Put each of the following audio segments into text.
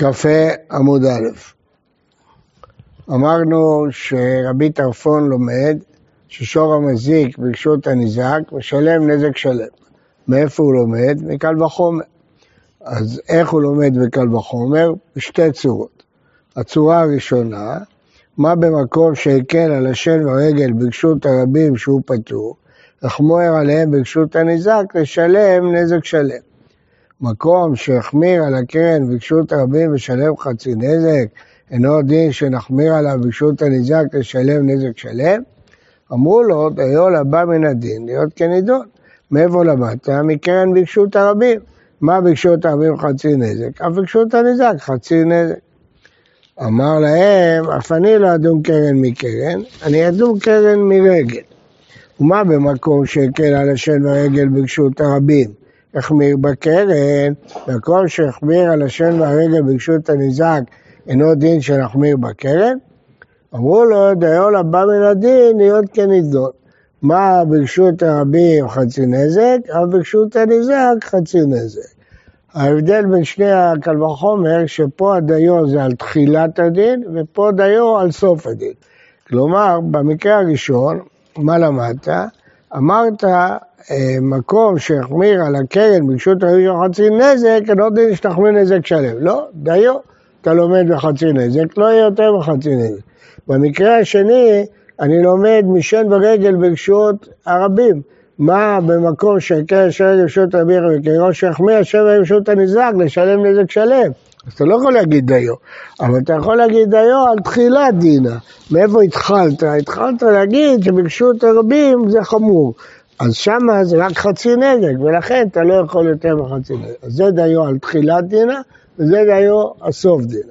קפה עמוד א'. אמרנו שרבי טרפון לומד ששור המזיק ברשות הניזק משלם נזק שלם. מאיפה הוא לומד? מקל וחומר. אז איך הוא לומד מקל וחומר? בשתי צורות. הצורה הראשונה, מה במקום שהקל על השן והרגל ברשות הרבים שהוא פטור, החמור עליהם ברשות הניזק לשלם נזק שלם. מקום שהחמיר על הקרן ברשות הרבים ושלם חצי נזק, אינו דין שנחמיר עליו ברשות הניזק לשלם נזק שלם? אמרו לו, דיו לבא מן הדין להיות כנידון. מאיפה למדת? מקרן ברשות הרבים. מה ברשות הרבים חצי נזק? אף ברשות הניזק חצי נזק. אמר להם, אף אני לא אדום קרן מקרן, אני אדום קרן מרגל. ומה במקום שהקל על השן והרגל ברשות הרבים? החמיר בקרן, במקום שהחמיר על השן והרגל ברשות הניזק, אינו דין שנחמיר בקרן? אמרו לו, דיו לבא מן הדין להיות כנידון. מה ברשות הרבים חצי נזק, אבל ברשות הניזק חצי נזק. ההבדל בין שני הקל וחומר, שפה הדיו זה על תחילת הדין, ופה דיו על סוף הדין. כלומר, במקרה הראשון, מה למדת? אמרת, מקום שהחמיר על הקרן ברשות הרבים חצי נזק, אינו דין שתחמיר נזק שלם. לא, דיו, אתה לומד בחצי נזק, לא יהיה יותר בחצי נזק. במקרה השני, אני לומד משן ורגל ברשות הרבים. מה במקום שהקרן של רגל ברשות הרבים, וכרון שהחמיר השן ורגל ברשות הניזק, לשלם נזק שלם. אז אתה לא יכול להגיד דיו, אבל אתה יכול להגיד דיו על תחילת דינה. מאיפה התחלת? התחלת להגיד שברשות הרבים זה חמור. אז שמה זה רק חצי נזק, ולכן אתה לא יכול יותר מחצי נזק. אז זה דיו על תחילת דינה, וזה דיו על סוף דינה.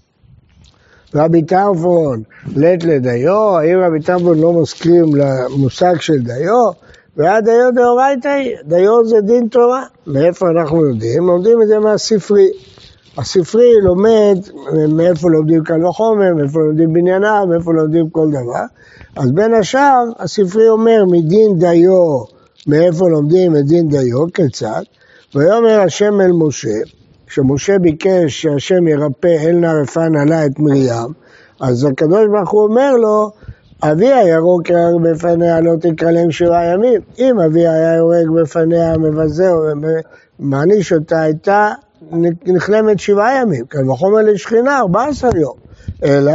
רבי טרפון לית לדיו, האם רבי טרפון לא מסכים למושג של דיו? והיה דיו דאורייתא, דיו זה דין תורה. מאיפה אנחנו יודעים? לומדים את זה מהספרי. הספרי לומד מאיפה לומדים קל וחומר, מאיפה לומדים בניינה, מאיפה לומדים כל דבר. אז בין השאר, הספרי אומר מדין דיו, מאיפה לומדים את דין דיו, כיצד? ויאמר השם אל משה, כשמשה ביקש שהשם ירפא אל נא רפא נעלה את מרים, אז הקדוש ברוך הוא אומר לו, אבי הירוק ירק בפניה לא תקרא להם 7 ימים. אם אבי היה יורק בפניה מבזה ומעניש אותה, הייתה נחלמת 7 ימים, קל וחומר לשכינה 14 יום. אלא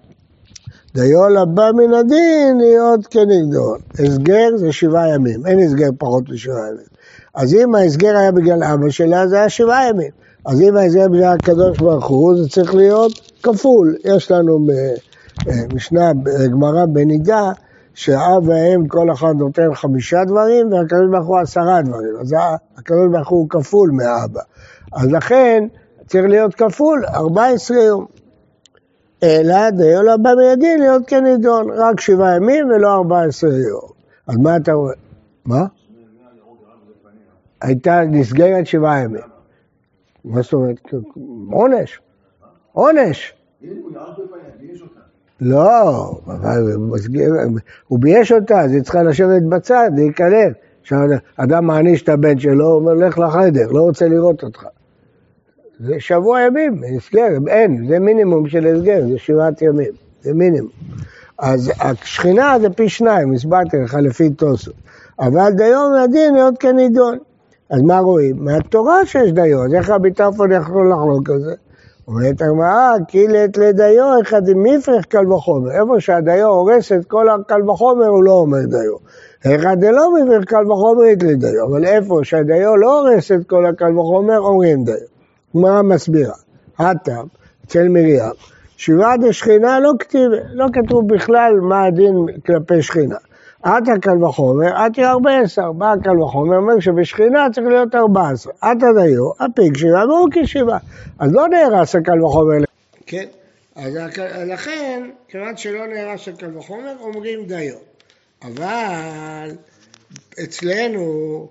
דיו לבא מן הדין להיות כנגדו. הסגר זה 7 ימים, אין הסגר פחות מ7 ימים. אז אם ההסגר היה בגלל אבא שלה, זה היה 7 ימים. אז אם ההסגר בגלל הקדוש ברוך הוא, זה צריך להיות כפול. יש לנו משנה גמרא בנידה, שאב והאם כל אחד נותן 5 דברים, והקדוש ברוך הוא 10 דברים. אז הקדוש ברוך הוא כפול מהאבא. אז לכן צריך להיות כפול 14 יום. אלא דיו לבא מן הדין להיות כנידון, רק 7 ימים ולא 14 יום. אז מה אתה רואה? מה? הייתה נסגרת 7 ימים. מה זאת אומרת? עונש. עונש. לא, הוא בייש אותה, אז היא צריכה לשבת בצד, להיקלב. אדם מעניש את הבן שלו, הוא אומר, לך לחדר, לא רוצה לראות אותך. זה 7 ימים, הסגר, אין, זה מינימום של הסגר, זה 7 ימים, זה מינימום. אז השכינה זה פי 2, הסברתי לך לפי תוספות. אבל דיו מהדין להיות כנידון. אז מה רואים? מהתורה שיש דיו, אז איך רבי טרפון יכול לחלוק על זה? אומרת הגמרא, כי לית לדיו אחד עם מפרח קל וחומר. איפה שהדיו הורס את כל הקל וחומר, הוא לא אומר דיו. אחד לא מפרח קל וחומר ית לדיו, אבל איפה שהדיו לא הורס את כל הקל וחומר, אומרים דיו. גמרא מסבירה, הטעם, אצל מרים, 7 דשכינה לא כתיב, לא כתוב בכלל מה הדין כלפי שכינה. עתה קל וחומר, עתי 14, בא קל וחומר, אומר שבשכינה צריך להיות 14. עתה דיו, הפיק 7 והוא כ7. אז לא נהרס הקל וחומר. כן, אז לכן, כיוון שלא נהרס הקל וחומר, אומרים דיו. אבל אצלנו,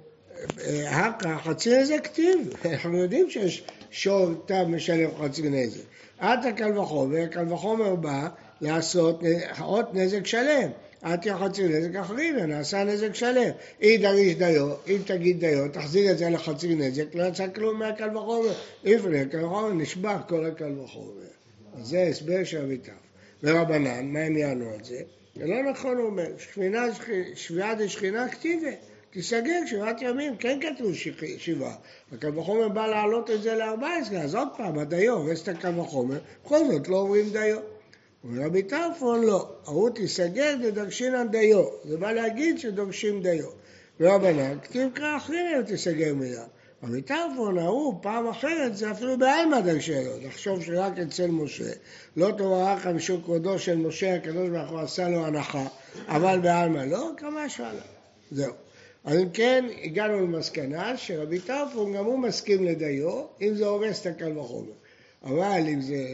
חצי נזק כתיב, אנחנו יודעים שיש שור תו משלם חצי נזק. עתה קל וחומר בא לעשות עוד נזק שלם. אל תהיה חצי נזק אחרים, נעשה נזק שלם. אם דריש דיו, אם תגיד דיו, תחזיר את זה לחצי נזק, לא יצא כלום מהקל וחומר. לפני הקל וחומר נשבע כל הקל וחומר. אז זה הסבר של אביטף. ורבנן, מה הם יענו על זה? זה לא נכון, הוא אומר, שביעה דשכינה כתיבה. תיסגר 7 ימים, כן כתוב 7. הקל וחומר בא להעלות את זה ל-14, אז עוד פעם, הדיו, הורס את הקל וחומר, בכל זאת לא אומרים דיו. ורבי טרפון לא, ההוא תיסגר דדרשינן דיו, זה בא להגיד שדורשים דיו. ורבנן, כתיב קרא אחרים אם תיסגר מיד. רבי טרפון, ההוא פעם אחרת, זה אפילו בעלמא דרשנו, לחשוב שרק אצל משה, לא תברך משום כבודו של משה, הקדוש ברוך הוא עשה לו הנחה, אבל בעלמא לא, כמה שעלה. זהו. אז אם כן, הגענו למסקנה שרבי טרפון גם הוא מסכים לדיו, אם זה הורס את הקל וחומר. אבל אם זה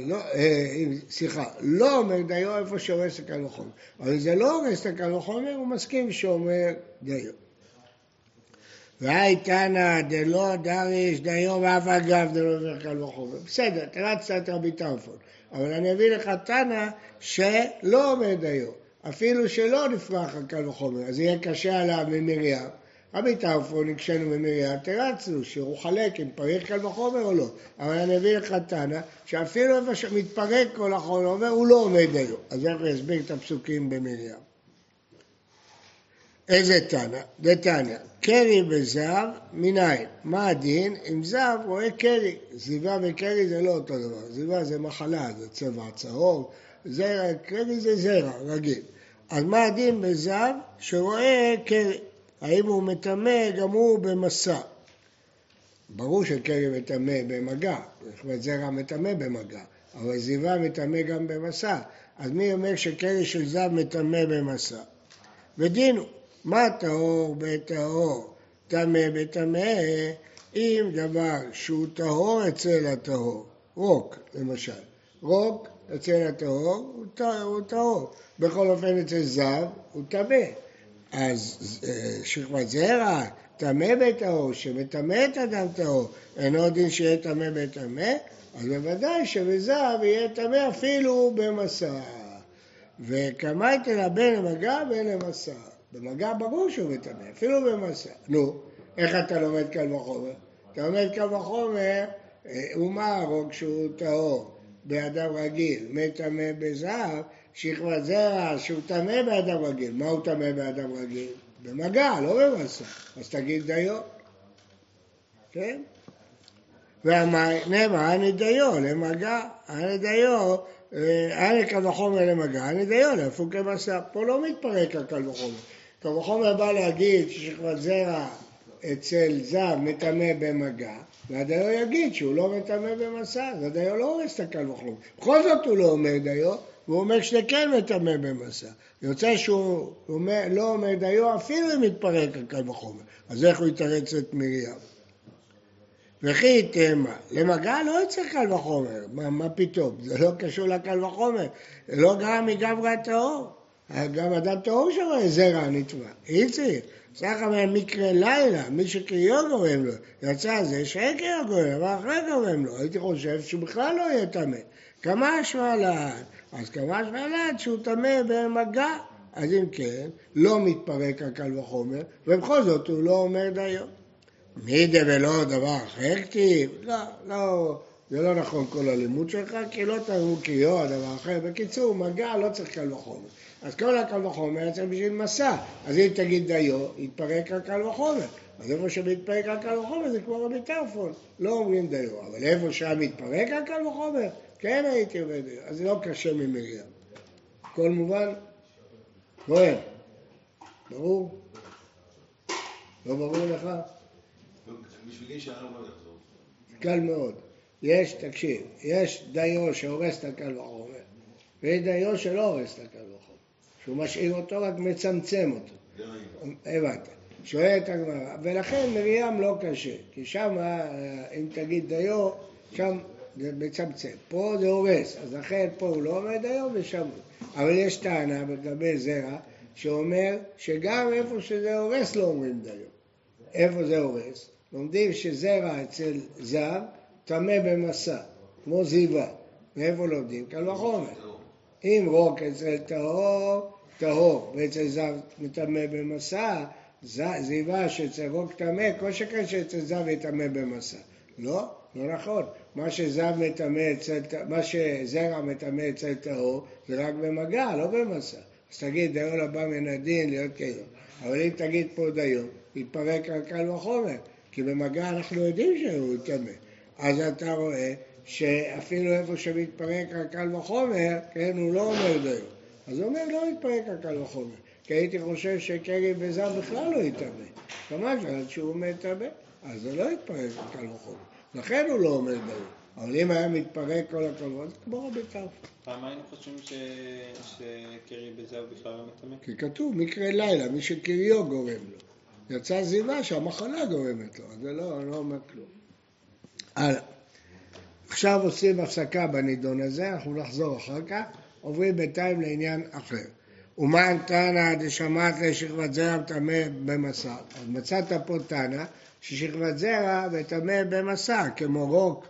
לא אומר דיו איפה שהורס את הקל וחומר. אבל אם זה לא הורס את הקל וחומר, הוא מסכים שאומר דיו. והי תנא דלא דריש דיו ואף אגב דלא אומר קל וחומר. בסדר, תרצת את רבי טרפון. אבל אני אביא לך תנא שלא אומר דיו. אפילו שלא נפרח הקל וחומר, אז יהיה קשה עליו ממרים. רבי טרפון הקשנו ממרים, תרצנו שהוא חלק אם פריך קל וחומר או לא. אבל אני אביא לך תנא שאפילו איפה שמתפרק כל החומר, הוא לא עומד דיו. אז איך להסביר את הפסוקים במרים? איזה תנא? דתניא, קרי בזהב מנין? מה הדין? אם זהב רואה קרי. זיווה וקרי זה לא אותו דבר. זיווה זה מחלה, זה צבע צהוב. זרע, קרי זה זרע, רגיל. אז מה הדין בזהב שרואה קרי? האם הוא מטמא גם הוא במסע? ברור שקרי מטמא במגע, זאת אומרת זרע מטמא במגע, אבל זיווה מטמא גם במסע. אז מי אומר שקרי של זהב מטמא במסע? ודינו, מה טהור בטהור? טמא בטמא, אם דבר שהוא טהור אצל הטהור, רוק למשל, רוק אצל הטהור הוא טהור, בכל אופן אצל זהב הוא טמא. אז שכבת זרע, טמא בטהור, שמטמא את אדם טהור, אינו דין שיהיה טמא בטמא, אז בוודאי שבזהב יהיה טמא אפילו במסע. וקמייתא לה בין למגע בין למסע. במגע ברור שהוא מטמא, אפילו במסע. נו, איך אתה לומד קל וחומר? אתה לומד קל וחומר, הוא מהרוג שהוא טהור באדם רגיל, מטמא בזהב, שכבת זרע שהוא טמא באדם רגיל. מה הוא טמא באדם רגיל? במגע, לא במסע. אז תגיד דיו. כן? נאמר, אני דיו למגע, אני דיו, אני קל וחומר למגע, אני דיו להפוק למסע. פה לא מתפרק הקל וחומר. קל וחומר בא להגיד ששכבת זרע אצל זהב מטמא במגע, והדיו יגיד שהוא לא מטמא במסע, אז הדיו לא הורס את הקל וחומר. בכל זאת הוא לא אומר דיו, והוא אומר שכן מטמא במסע. יוצא שהוא לא אומר דיו אפילו אם מתפרק הקל וחומר. אז איך הוא יתרץ את מרים? וכי תמה, למגע לא יצא קל וחומר. מה פתאום? זה לא קשור לקל וחומר. זה לא גרם מגברא טהור. גם אדם טהור שרואה זרע נטבע. איציק, סך מהמקרה לילה, מי שקריאו גורם לו. יצא זה שקריאו גורם, אבל אחרי גורם לו. הייתי חושב שהוא בכלל לא יהיה טמא. כמה השוואה לעד? אז כמה השוואה לעד שהוא טמא במגע. אז אם כן, לא מתפרק הקל וחומר, ובכל זאת הוא לא אומר דיו. מידה ולא דבר אחר כתיב? לא, זה לא נכון כל הלימוד שלך, כי לא תראו קיו, דבר אחר. בקיצור, מגע לא צריך קל וחומר. אז כל הקל וחומר צריך בשביל מסע. אז אם תגיד דיו, יתפרק הקל וחומר. אז איפה שמתפרק הקל וחומר זה כמו רבי טרפון, לא אומרים דיו. אבל איפה שמתפרק הקל וחומר, כן הייתי אומר דיו. אז זה לא קשה ממרים. כל מובן? בואי, ברור? לא ברור לך? בשבילי שער לא יחזור. קל מאוד. תקשיב, יש דיו שהורס את הקל וחומר, ויש דיו שלא הורס את הקל וחומר, שהוא משאיר אותו רק מצמצם אותו. הבנת. שואלת הגמרא, ולכן מרים לא קשה, כי שם, אם תגיד דיו, שם זה מצמצם. פה זה הורס, אז לכן פה הוא לא אומר דיו ושם. אבל יש טענה לגבי זרע, שאומר שגם איפה שזה הורס לא אומרים דיו. איפה זה הורס? לומדים שזרע אצל זהב טמא במסע, כמו זיווה. מאיפה לומדים? קל וחומר. אם רוק אצל טהור, טהור ואצל זב מטמא במסע, זיווה שאצל רוק טמא, כל שכן שאצל זב יטמא במסע. לא? לא נכון. מה שזרע מטמא אצל טהור זה רק במגע, לא במסע. אז תגיד דיו לבא מן הדין להיות כאילו. אבל אם תגיד פה דיו, יתפרק על קל וחומר, כי במגע אנחנו יודעים שהוא יטמא. אז אתה רואה שאפילו איפה שמתפרק על קל וחומר, כן, הוא לא אומר דיו. אז הוא אומר לא יתפרק על קל וחומר. כי הייתי חושב שקרי בזר בכלל לא יטמא. כמובן שהוא מטמא, אז זה לא יתפרק על קל וחומר. לכן הוא לא אומר דיו. אבל אם היה מתפרק כל הכבוד, זה כמו רבי טרפון. פעם היינו חושבים שקרי בזר בכלל לא מטמא? כי כתוב מקרה לילה, מי שקריו גורם לו. יצא זיווה שהמחלה גורמת לו, אז זה לא אומר כלום. הלאה. עכשיו עושים הפסקה בנידון הזה, אנחנו נחזור אחר כך, עוברים בינתיים לעניין אחר. ומה תנא דשמעת לשכבת זרע מטמא במסע. אז מצאת פה תנא ששכבת זרע מטמא במסע, כמו רוק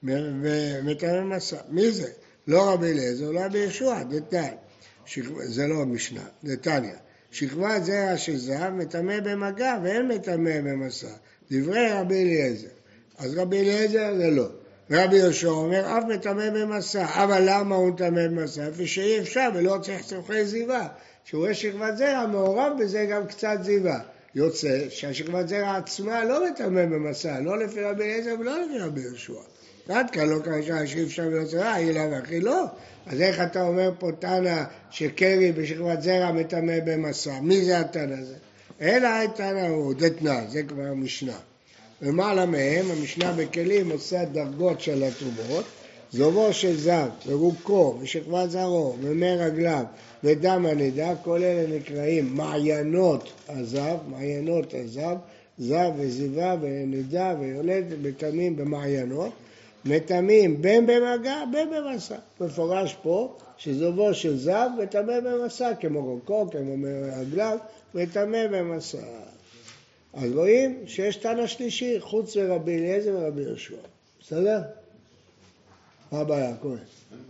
ומטמא במסע. מי זה? לא רבי אליעזר, לא רבי ישוע, דתניא. זה לא משנה, דתניא. שכבת זרע של זב מטמא במגע ואין מטמא במסע. דברי רבי אליעזר. אז רבי אליעזר זה לא. רבי יהושע אומר, אף מטמא במסע, אבל למה הוא מטמא במסע? איפה שאי אפשר ולא צריך צורכי זיווה. שהוא יש שכבת זרע, מעורב בזה גם קצת זיווה. יוצא שהשכבת זרע עצמה לא מטמא במסע, לא לפי רבי אליעזר ולא לפי רבי יהושע. עד כאן לא קרה שאי אפשר ולא צריך, אילה ואחי לא. אז איך אתה אומר פה תנא שקרי בשכבת זרע מטמא במסע? מי זה התנא הזה? אלא התנא הוא דתנא, זה כבר המשנה. ומעלה מהם, המשנה בכלים עושה דרגות של הטומאות, זובו של זב, ורוקו, ושכבת זרעו, ומי רגליו, ודם הנידה, כל אלה נקראים מעיינות הזב, זב וזיווה ונידה ויולד מטמאים במעיינות, מטמאים בין במגע, בין במסע. מפורש פה שזובו של זב מטמא במסע, כמו רוקו, כמו מי רגליו, מטמא במסע. אז רואים שיש תנא שלישי, חוץ מרבי אליעזר ורבי יהושע. בסדר? מה הבעיה? קורא.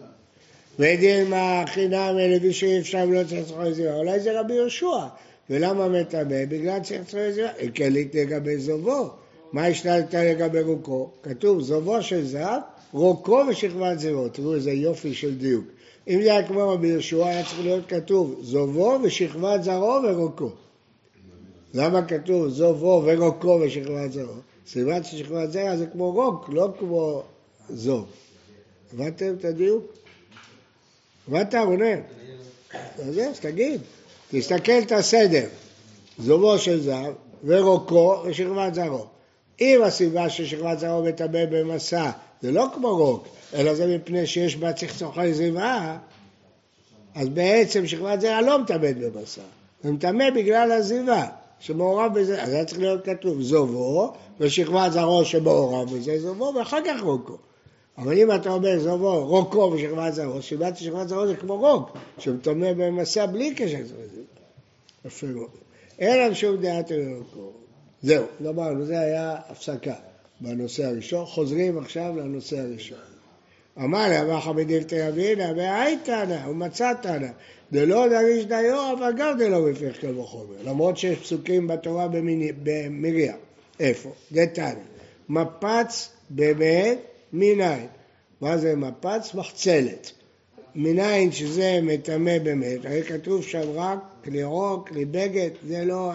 ודין חינם לפי שאי אפשר ולא צריך צורכי זיווה. אולי זה רבי יהושע. ולמה מטמא? בגלל צריך צורכי זיווה. הקלית לגבי זובו. מה השתלת לגבי רוקו? כתוב זובו של זב, רוקו ושכבת זרעו. תראו איזה יופי של דיוק. אם זה היה כמו רבי יהושע, היה צריך להיות כתוב זובו ושכבת זרעו ורוקו. למה כתוב זובו ורוקו ושכבת זרעו? סיבת ששכבת זרע זה כמו רוק, לא כמו זוב. הבנתם את הדיוק? הבנת רונן? אז תגיד, תסתכל את הסדר. זובו של זב ורוקו ושכבת זרעו. אם הסיבה ששכבת זרעו מטמא במסע זה לא כמו רוק, אלא זה מפני שיש בה צריך צורכי זיווה, אז בעצם שכבת זרע לא מטמאת במסע. זה מטמא בגלל הזיווה. שמעורב בזה, אז היה צריך להיות כתוב זובו, ושכבת זרעו שמעורב בזה זובו, ואחר כך רוקו. אבל אם אתה אומר זובו, רוקו ושכבת זרעו, סיבת שכבת זרעו זה כמו רוק, שמטמא במסע בלי קשר לזה. יפה מאוד. אין שום דעת רוקו. זהו, אמרנו, זה היה הפסקה בנושא הראשון. חוזרים עכשיו לנושא הראשון. אמר לה, אמר חמדיל תרבינה, והי תנא, הוא מצא תנא. דלא דריש דיו, אבל גם דלא מפיך קל וחומר. למרות שיש פסוקים בתורה במרים. איפה? דתנא. מפץ באמת מניין. מה זה מפץ? מחצלת. מניין שזה מטמא באמת. הרי כתוב שם רק כלי רוק, כלי בגד, זה לא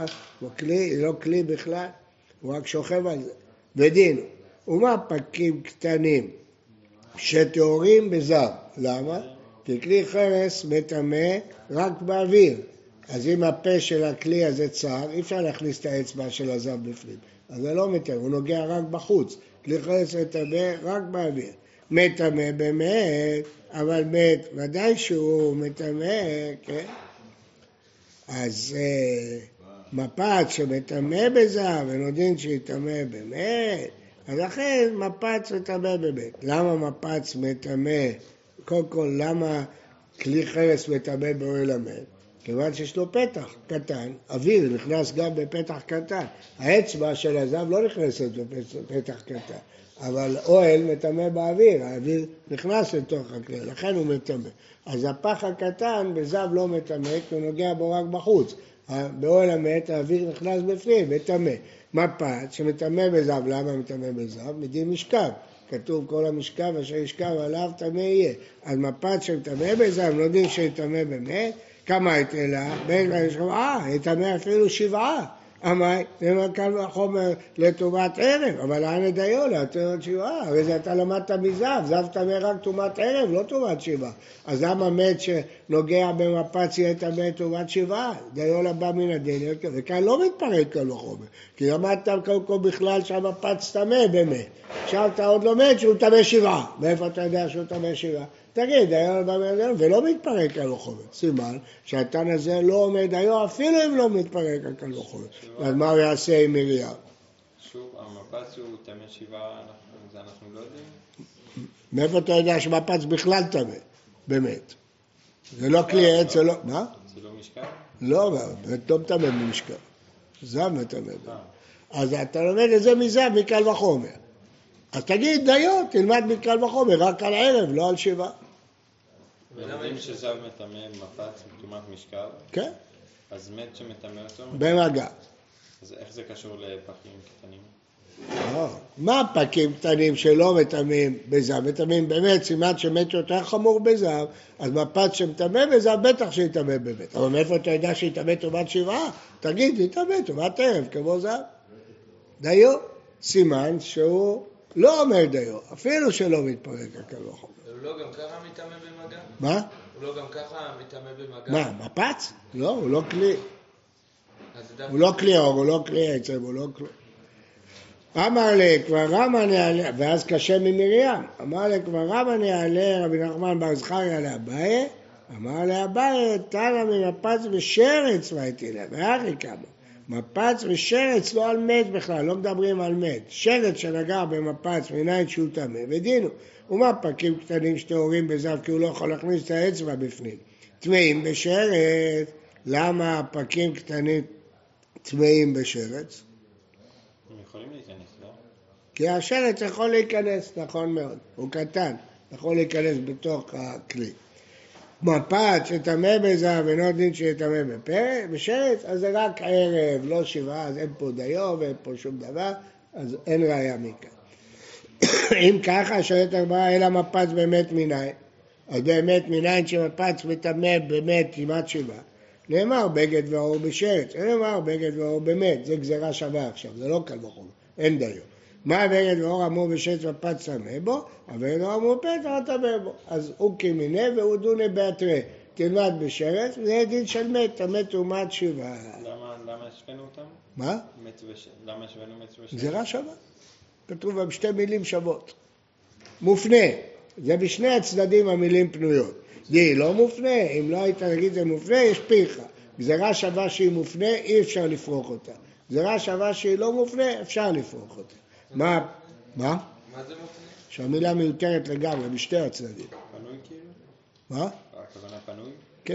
כלי בכלל. הוא רק שוכב על זה. ודין, ומה פקים קטנים שטהורים בזר? למה? כי כלי חרס מטמא רק באוויר. אז אם הפה של הכלי הזה צר, אי אפשר להכניס את האצבע של הזב בפנים. אז זה לא מטמא, הוא נוגע רק בחוץ. כלי חרס מטמא רק באוויר. מטמא באמת, אבל מת, ודאי שהוא מטמא, כן? אז מפץ שמטמא בזר, ונודין שיטמא באמת, אז לכן מפץ מטמא באמת. למה מפץ מטמא? קודם כל, למה כלי חרס מטמא באוהל המת? כיוון שיש לו פתח קטן, אוויר נכנס גם בפתח קטן. האצבע של הזב לא נכנסת בפתח קטן. אבל אוהל מטמא באוויר, האוויר נכנס לתוך הכלי, לכן הוא מטמא. אז הפח הקטן בזב לא מטמא, כי הוא נוגע בו רק בחוץ. באוהל המת האוויר נכנס בפנים, מטמא. מפת שמטמא בזב, למה מטמא בזב? מדין משכב. כתוב כל המשכב אשר ישכב עליו טמא יהיה. אז מפת שמטמא בזב, לא דין שיטמא באמת, כמה יתרלה? יטמא אפילו 7. אמי, זה קל וחומר לטומאת ערב, אבל אין לדיו להתיר עוד 7, הרי זה אתה למדת מזב, זב טמא רק טומאת ערב, לא טומאת 7. אז למה מת שנוגע במפץ יהיה טמא טומאת 7? דיו לבא מן הדין, וכאן לא מתפרק קל וחומר, כי למדת קודם כל בכלל שהמפץ טמא באמת. עכשיו אתה עוד לומד שהוא טמא 7, מאיפה אתה יודע שהוא טמא 7? תגיד, דיו לבא מן הדין, ולא מתפרק קל וחומר. סימן שהתן הזה לא עומד דיו, אפילו אם לא מתפרק קל וחומר. אז מה הוא יעשה עם מרים? שוב, המפץ הוא טמא 7, זה אנחנו לא יודעים. מאיפה אתה יודע שמפץ בכלל טמא? באמת. זה לא כלי עץ, זה לא... מה? זה לא משכב? לא, לא מטמא במשכב. זב מטמא. אז אתה לומד את זה מזב מקל וחומר. אז תגיד דיו, תלמד מקל וחומר, רק על ערב, לא על 7. ולמדים שזב מטמא מפץ מטומאת משכב? כן. אז מת שמטמא אותו? במגע. אז איך זה קשור לפחים קטנים? מה פקים קטנים שלא מטמאים בזב? מטמאים באמת, סימן שמת יותר חמור בזב, אז מפץ שמטמא בזב בטח שיטמא באמת. אבל מאיפה אתה יודע שיטמא טומאת 7? תגיד, יטמא טומאת ערב כמו זב. דיו, סימן שהוא לא אומר דיו, אפילו שלא מתפרק הקל וחומר. הוא לא גם ככה מטמא במגע? מה? הוא לא גם ככה מטמא במגע? מה, מפץ? לא, הוא לא כלי. הוא לא כלי אור, הוא לא כלי עצם, הוא לא כלי. אמר לי, כבר רמה נעלה, ואז קשה ממרים, אמר לי, כבר רמה נעלה, רבי נחמן בר זכריה לאביי, אמר לאביי, תנא ממפץ ושרץ והייתי לה, ואחי כמה. מפץ ושרץ לא על מת בכלל, לא מדברים על מת. שרץ שנגע במפץ מניין שהוא טמא, ודינו. ומה פקים קטנים שטהורים בזב, כי הוא לא יכול להכניס את האצבע בפנים. טמאים בשרץ, למה פקים קטנים טמאים בשרץ? הם יכולים להיכנס, לא? כי השרץ יכול להיכנס, נכון מאוד. הוא קטן, יכול להיכנס בתוך הכלי. מפת שטמא בזב ואינו דין שיטמא בשרץ, אז זה רק ערב, לא 7, אז אין פה דיו ואין פה שום דבר, אז אין ראיה מכאן. אם ככה, שואלת הגמרא, אלא מפץ באמת מניין, אז באמת מניין שמפץ מטמא באמת כמעט 7. נאמר בגד ואור בשרץ, נאמר בגד ואור באמת, זה גזירה שווה עכשיו, זה לא קל וחומר, אין דיו. מה בגד ואור אמור בשרץ מפץ טמא בו, אבל לא אמור פתח טמא בו. אז הוא כמיני והוא דוני באתרי, תלמד בשרץ, זה דין של מת, טמא טומאת 7. למה השווינו אותם? מה? למה השווינו מת ושרץ? גזירה שווה. כתוב בה בשתי מילים שוות. מופנה, זה בשני הצדדים המילים פנויות. די, לא מופנה, אם לא היית נגיד זה מופנה, יש פיחה. גזירה שווה שהיא מופנה, אי אפשר לפרוק אותה. גזירה שווה שהיא לא מופנה, אפשר לפרוק אותה. מה? מה זה מופנה? שהמילה מיותרת לגמרי, בשתי הצדדים. פנוי כאילו? מה? הכוונה פנוי? כן.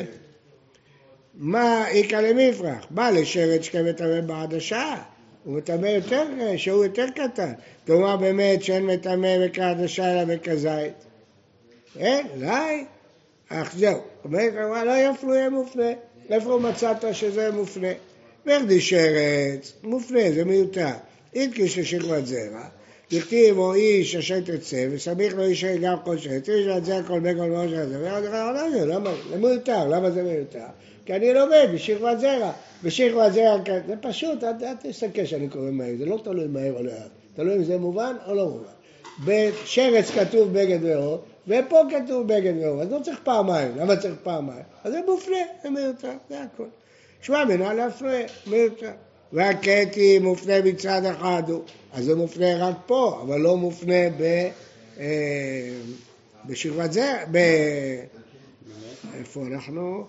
מה איקה למפרח? בא לשרת שכמטמא בעד השעה. הוא מטמא יותר, שהוא יותר קטן. כלומר באמת שאין מטמא בקראת השעה אלא בכזית. אין, אולי. אך זהו. אומרת, לא יפלו יהיה מופנה. איפה מצאת שזה מופנה? ורדי שרץ, מופנה, זה מיותר. איתקיש לשכבת זרע, דכתיב או איש אשר תצא, וסמיך לו איש גם כל שרץ, איש ועד זרע כל בכל מראש על זה, למה? זה מיותר, למה זה מיותר? כי אני לומד בשכבת זרע, בשכבת זרע, זה פשוט, אל תסתכל שאני קורא מהר, זה לא תלוי מהר או לאט, תלוי אם זה מובן או לא מובן. בשרץ כתוב בגד ואור, ופה כתוב בגד ואור, אז לא צריך פעמיים, למה צריך פעמיים? אז זה מופנה, זה מיותר, זה הכל. שמע מנה להפריע, מיותר. והקטי מופנה מצד אחד, אז זה מופנה רק פה, אבל לא מופנה בשכבת זה, איפה אנחנו?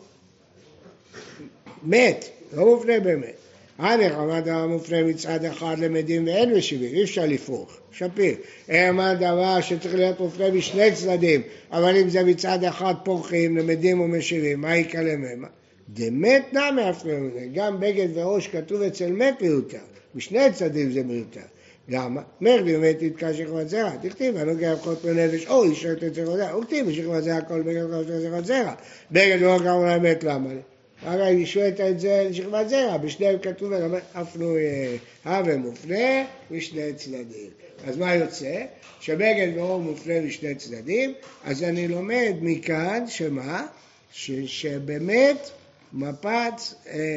מת, לא מופנה באמת. מה דבר מופנה מצד אחד למדים ואין משיבים, אי אפשר לפרוך, שפיר. מה דבר שצריך להיות מופנה בשני צדדים, אבל אם זה מצד אחד פורחים, למדים ומשיבים, מה יקלה מהם? דמת נמי הפריעו, גם בגד וראש כתוב אצל מת מיותר, בשני צדדים זה מיותר. למה? מר באמת יתקע שכבת זרע, תכתיב, הנוגע בפחות מנפש, או ישרת את שכבת זרע, וכתיב בשכבת זרע כל בגד חושב שכבת זרע, בגד לא קראו לאמת, למה לי? הרי השווית את זה לשכבת זרע, בשניהם כתוב אפנו הווה מופנה משני צדדים. אז מה יוצא? שבגד מאור מופנה משני צדדים, אז אני לומד מכאן שמה? שבאמת מפץ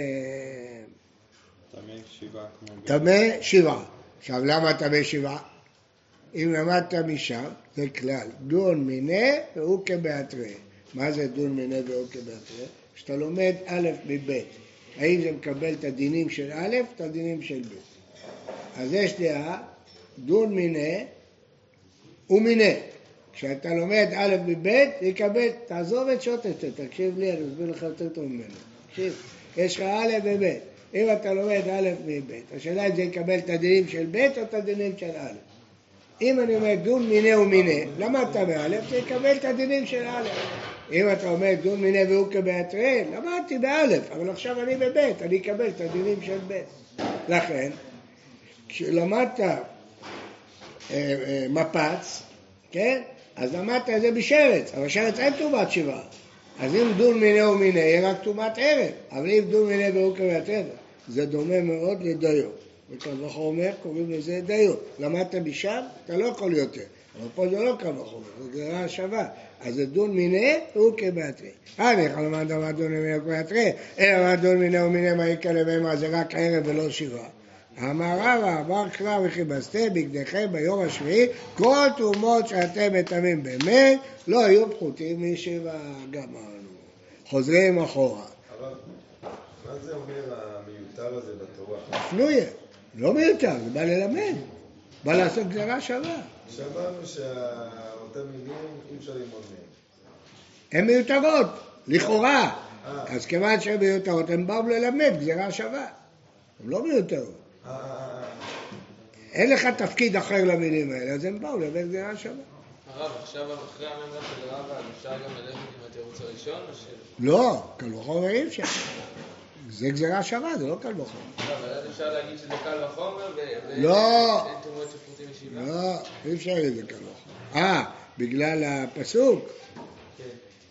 טמא שבעה. עכשיו למה טמא שבעה? אם למדת משם, זה כלל, דון מיני והוא כבהתראה. מה זה דון מיני והוא כבהתראה? שאתה לומד א' מב', האם זה מקבל את הדינים של א', את הדינים של ב'. אז יש דעה, דון מיני ומיני. כשאתה לומד א' מב', יקבל, תעזוב את שוטת, תקשיב לי, אני אסביר לך יותר טוב ממנו. תקשיב, יש לך א' וב'. אם אתה לומד א' מב', השאלה אם זה יקבל את הדינים של ב' או את הדינים של א'. אם אני אומר דון מיני ומיני, למדת באלף, זה יקבל את הדינים של א'. אם אתה אומר דון מיני והוא כבהתראה, למדתי באלף, אבל עכשיו אני בבית, אני אקבל את הדינים של ב'. לכן, כשלמדת מפץ, כן? אז למדת את זה בשרץ, אבל שרץ אין תאומת שבעה. אז אם דון מיני ומיני, יהיה רק תאומת ערב, אבל אם דון מיני והוא כבהתראה, זה דומה מאוד לדיו. וקל וחומר קוראים לזה דיו. למדת משם, אתה לא יכול יותר. אבל פה זה לא קל וחומר, זה גזירה שווה. אז זה דון מיני והוא כבהתראה. אני יכול לומר דבר דון מיני וכבהתראה, אלא מה דון מיני ומיני מה יקרה לבהמה, זה רק ערב ולא שבעה. אמר רבא, אמר קרא וכיבסתם בגדיכם ביום השביעי, כל תרומות שאתם מטמאים באמת, לא יהיו פחותים משבעה. גמרנו. חוזרים אחורה. אבל מה זה אומר המיותר הזה בתורה? פנויה. לא מיותר, זה בא ללמד. בא לעשות גזירה שווה. שמענו שאותם מילים אי אפשר ללמוד מהם. הן מיותרות, לכאורה. אז כיוון שהן מיותרות, הם באו ללמד גזירה שווה. הן לא מיותרות. אין לך תפקיד אחר למילים האלה, אז הם באו ללמד גזירה שווה. הרב, עכשיו אחרי המאמר של רבא, אפשר גם ללכת עם התירוץ הראשון או שלא? לא, קל וחומר אי אפשר. זה גזירה שווה, זה לא קל וחומר. אבל אז אפשר להגיד שזה קל וחומר לא. ואין תרומות שפחותים משבעה? לא, אי אפשר להגיד זה קל וחומר. בגלל הפסוק? כן.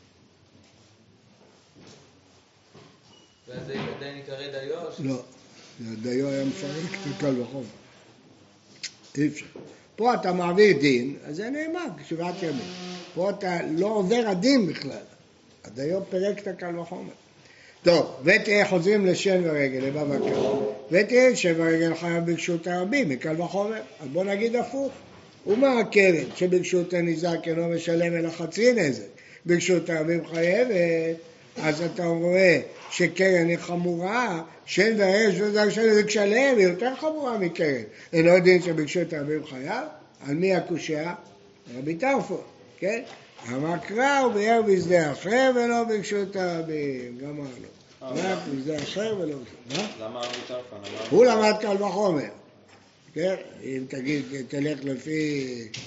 ואז זה עדיין יקרא דיו? לא, דיו היה מפרק את קל וחומר. אי אפשר. פה אתה מעביר דין, אז זה נאמר, 7 ימים. פה אתה לא עובר הדין בכלל. הדיו פרק את הקל וחומר. טוב, ותהיה חוזרים לשן ורגל, לבבא קמא. ותהיה שן ורגל חייב ברשות הרבים, מקל וחומר. אז בוא נגיד הפוך. ומה הקרן שברשות הניזק אינו משלם אלא חצי נזק? ברשות הרבים חייבת. אז אתה רואה שקרן היא חמורה, שן ורגל של נזק שלם, היא יותר חמורה מקרן. אינו דין שברשות הרבים חייב? על מי הקושיה? רבי טרפון, כן? המקרא הוא ביאר בשדה אחר ולא ברשות הרבים, גמרנו. רק בשדה אחר ולא ברשות. מה? למה רבי טרפון? הוא למד קל וחומר. כן? אם תגיד, תלך לפי...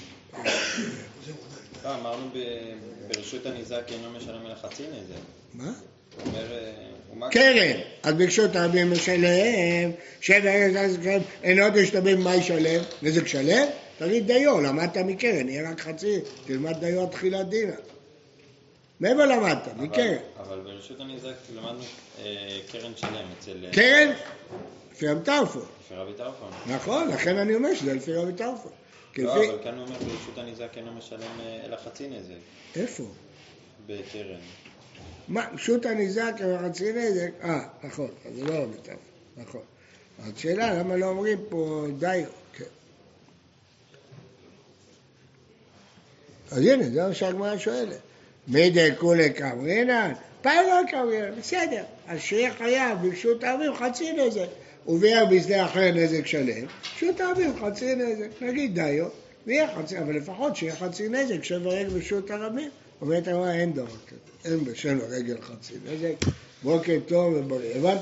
אמרנו ברשות הניזק אינו משלם אלא חצי נזק. מה? אומר... קרן, אז ברשות הרבים משלם, אינו דשתבים מה ישלם? נזק שלם? תגיד דיו, למדת מקרן, יהיה רק חצי, תלמד דיו עד תחילת דינה. מאיפה למדת? מקרן. אבל ברשות הניזק למדנו קרן שלם אצל... קרן? לפי רבי טרפון. לפי רבי טרפון. נכון, לכן אני אומר שזה לפי רבי טרפון. לא, אבל כאן הוא אומר ברשות הניזק אינו משלם אלא חצי נזק. איפה? בקרן. מה, ברשות הניזק אלא חצי נזק? נכון, אז זה לא רבי טרפון, נכון. אז שאלה, למה לא אומרים פה דיו? כן. אז הנה, זה מה שהגמרא שואלת. מי דקולי קמרינן? פעם לא קמרינן, בסדר. אז שיהיה חייב ברשות הרבים חצי נזק. וביאר בשדה אחר נזק שלם, ברשות הרבים חצי נזק. נגיד דיו, ויהיה חצי, אבל לפחות שיהיה חצי נזק, שן ורגל ברשות הרבים. אומרת, אין דבר כזה, אין בשן ורגל חצי נזק. בוקר טוב ובריא.